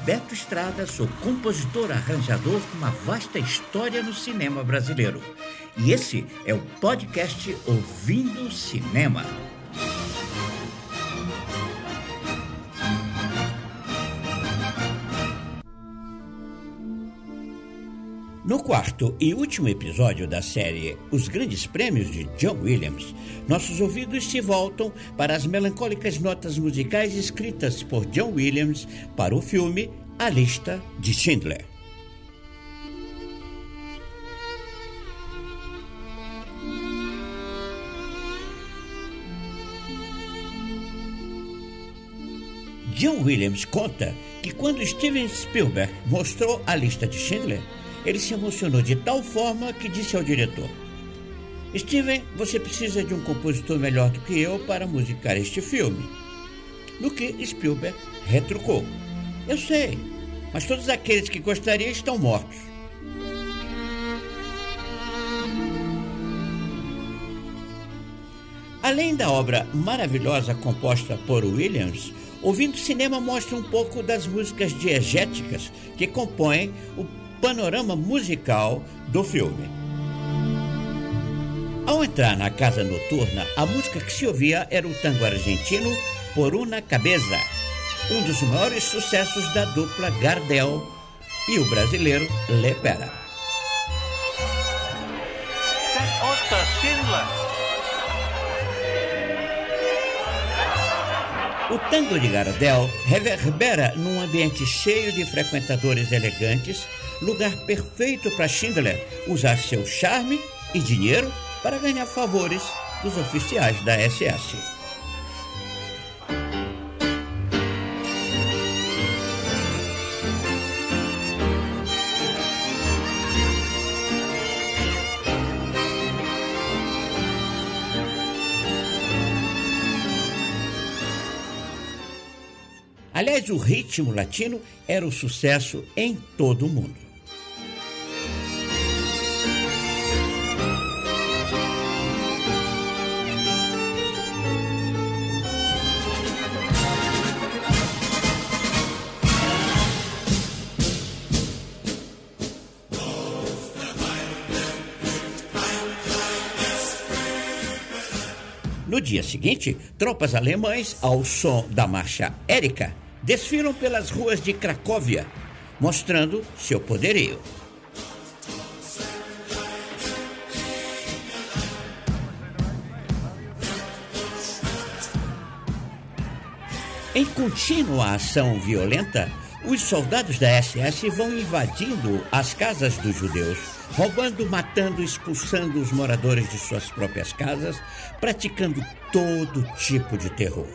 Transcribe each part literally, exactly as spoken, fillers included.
Beto Estrada, sou compositor arranjador com uma vasta história no cinema brasileiro. E esse é o podcast Ouvindo Cinema. No quarto e último episódio da série Os Grandes Prêmios de John Williams, nossos ouvidos se voltam para as melancólicas notas musicais escritas por John Williams para o filme A Lista de Schindler. John Williams conta que quando Steven Spielberg mostrou A Lista de Schindler, ele se emocionou de tal forma que disse ao diretor: Steven, você precisa de um compositor melhor do que eu para musicar este filme. No que Spielberg retrucou: eu sei, mas todos aqueles que gostariam estão mortos. Além da obra maravilhosa composta por Williams, Ouvindo Cinema mostra um pouco das músicas diegéticas que compõem o panorama musical do filme. Ao entrar na casa noturna, a música que se ouvia era o tango argentino Por Una Cabeza, um dos maiores sucessos da dupla Gardel e o brasileiro Lepera. Otto Schindler. O tango de Gardel reverbera num ambiente cheio de frequentadores elegantes, lugar perfeito para Schindler usar seu charme e dinheiro para ganhar favores dos oficiais da S S. Aliás, o ritmo latino era um sucesso em todo o mundo. No dia seguinte, tropas alemães, ao som da marcha Erika, desfilam pelas ruas de Cracóvia, mostrando seu poderio. Em contínua ação violenta, os soldados da S S vão invadindo as casas dos judeus, roubando, matando, expulsando os moradores de suas próprias casas, praticando todo tipo de terror.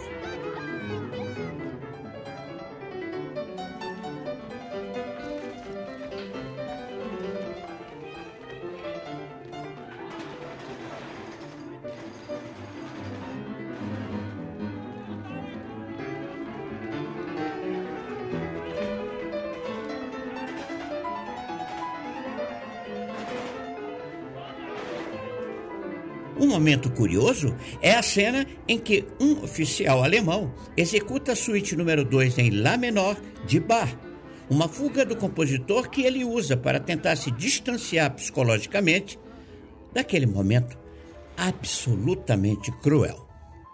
Um momento curioso é a cena em que um oficial alemão executa a suíte número dois em Lá menor de Bach, uma fuga do compositor que ele usa para tentar se distanciar psicologicamente daquele momento absolutamente cruel.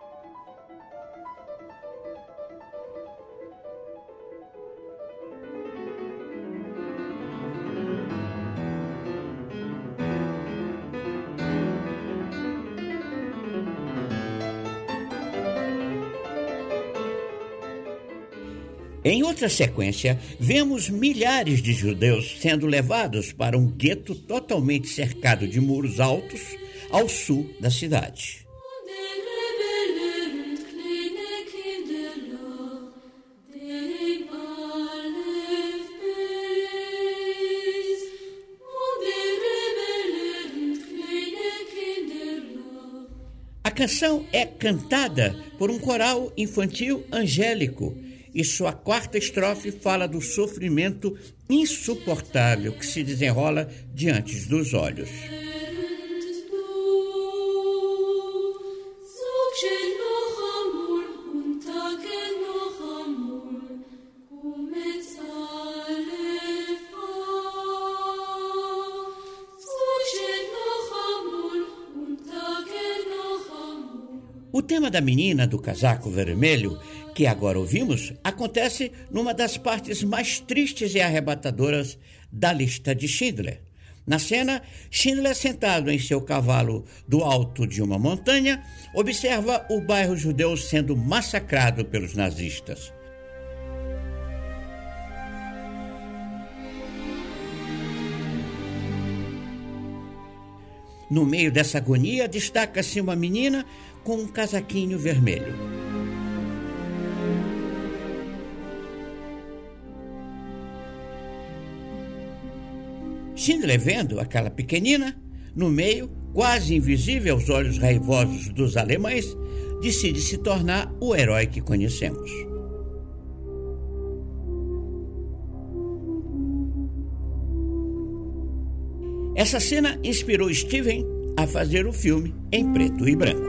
Em outra sequência, vemos milhares de judeus sendo levados para um gueto totalmente cercado de muros altos ao sul da cidade. A canção é cantada por um coral infantil angélico, e sua quarta estrofe fala do sofrimento insuportável que se desenrola diante dos olhos. tema da menina do casaco vermelho, que agora ouvimos, acontece numa das partes mais tristes e arrebatadoras da lista de Schindler. Na cena, Schindler, sentado em seu cavalo do alto de uma montanha, observa o bairro judeu sendo massacrado pelos nazistas. No meio dessa agonia, destaca-se uma menina com um casaquinho vermelho. Schindler, vendo aquela pequenina, no meio, quase invisível aos olhos raivosos dos alemães, decide se tornar o herói que conhecemos. Essa cena inspirou Steven a fazer o filme em preto e branco.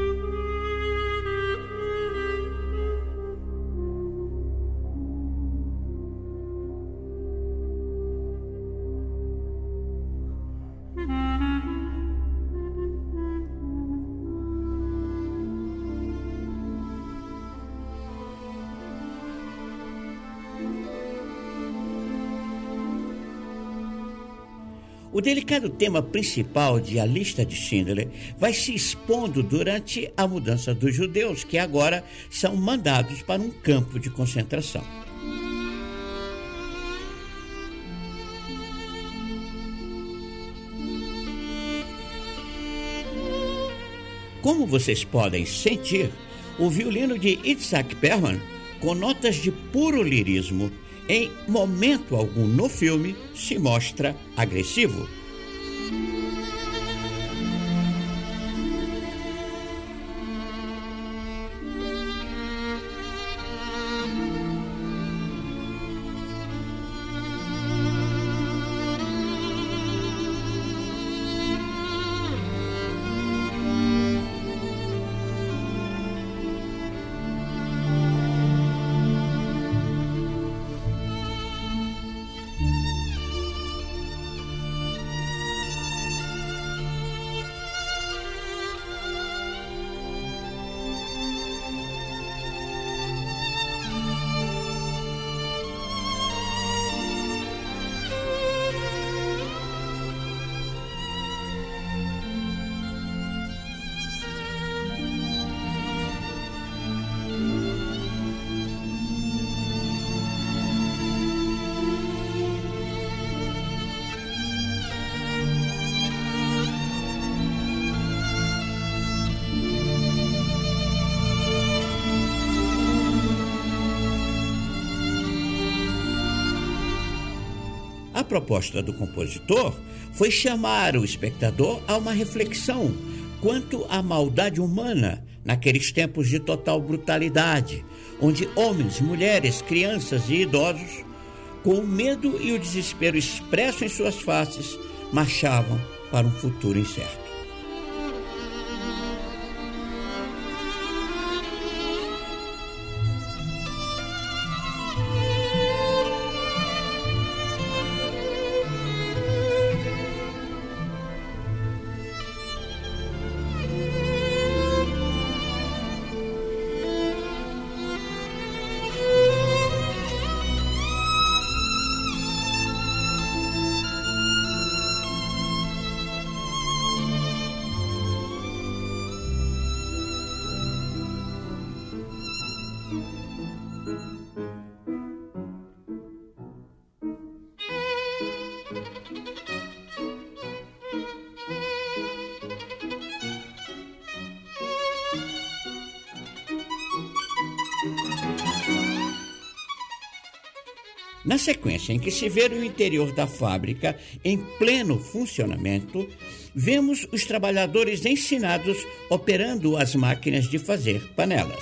O delicado tema principal de A Lista de Schindler vai se expondo durante a mudança dos judeus, que agora são mandados para um campo de concentração. Como vocês podem sentir, o violino de Itzhak Perlman, com notas de puro lirismo, em momento algum no filme, se mostra agressivo. A proposta do compositor foi chamar o espectador a uma reflexão quanto à maldade humana naqueles tempos de total brutalidade, onde homens, mulheres, crianças e idosos, com o medo e o desespero expresso em suas faces, marchavam para um futuro incerto. Na sequência em que se vê o interior da fábrica em pleno funcionamento, vemos os trabalhadores ensinados operando as máquinas de fazer panelas.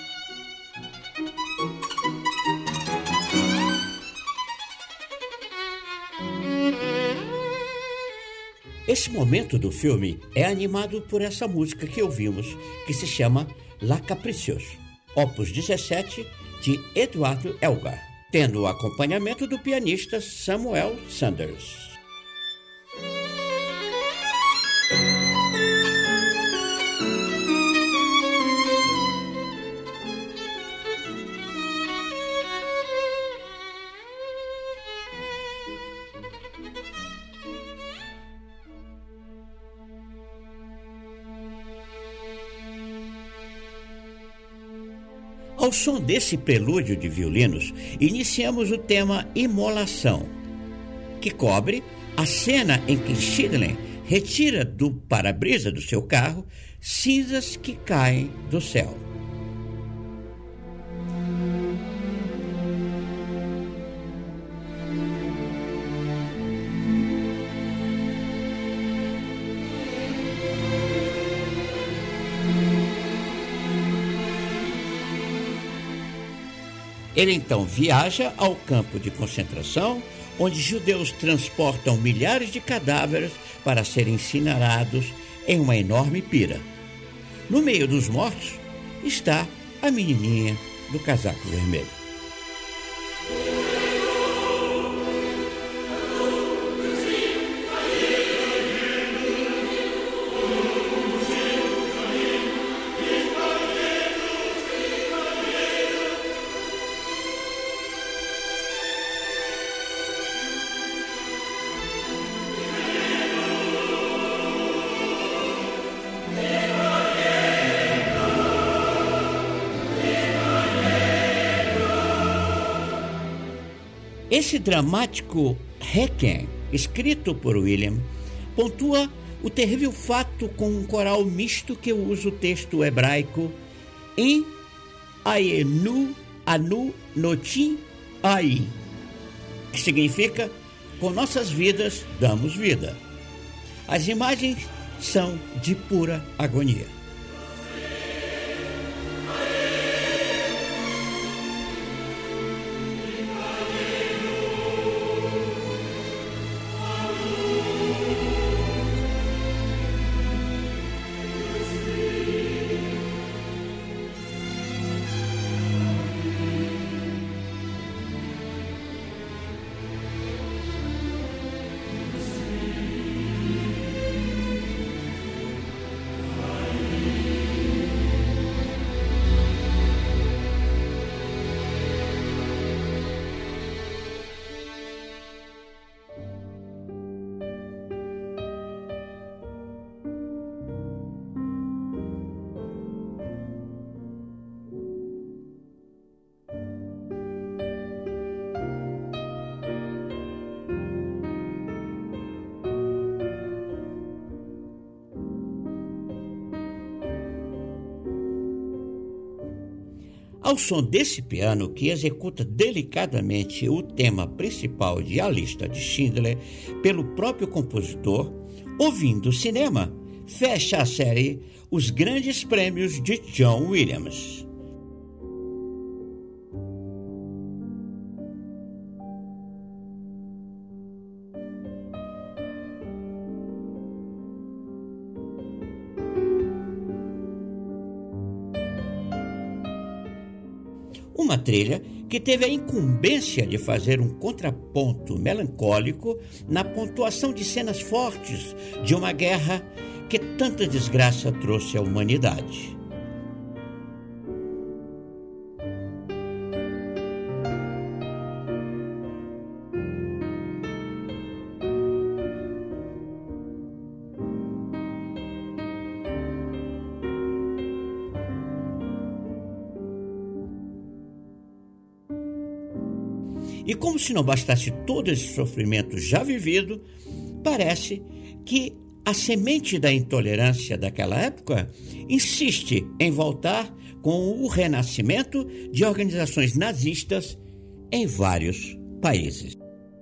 Esse momento do filme é animado por essa música que ouvimos, que se chama La Capricioso, opus dezessete, de Eduardo Elgar, tendo o acompanhamento do pianista Samuel Sanders. Ao som desse prelúdio de violinos, iniciamos o tema Imolação, que cobre a cena em que Schindler retira do para-brisa do seu carro cinzas que caem do céu. Ele então viaja ao campo de concentração, onde judeus transportam milhares de cadáveres para serem incinerados em uma enorme pira. No meio dos mortos está a menininha do casaco vermelho. Esse dramático Requiem, escrito por William, pontua o terrível fato com um coral misto que usa o texto hebraico em Ayenu Anu Notim Ai, que significa com nossas vidas damos vida. As imagens são de pura agonia. Ao som desse piano, que executa delicadamente o tema principal de A Lista de Schindler pelo próprio compositor, ouvindo o cinema, fecha a série Os Grandes Prêmios de John Williams. Uma trilha que teve a incumbência de fazer um contraponto melancólico na pontuação de cenas fortes de uma guerra que tanta desgraça trouxe à humanidade. E como se não bastasse todo esse sofrimento já vivido, parece que a semente da intolerância daquela época insiste em voltar com o renascimento de organizações nazistas em vários países.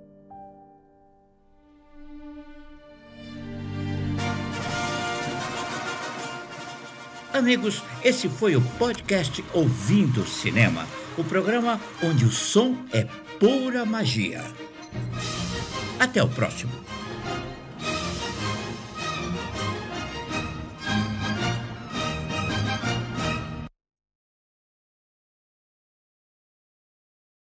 Amigos, esse foi o podcast Ouvindo Cinema, o programa onde o som é pura magia. Até o próximo.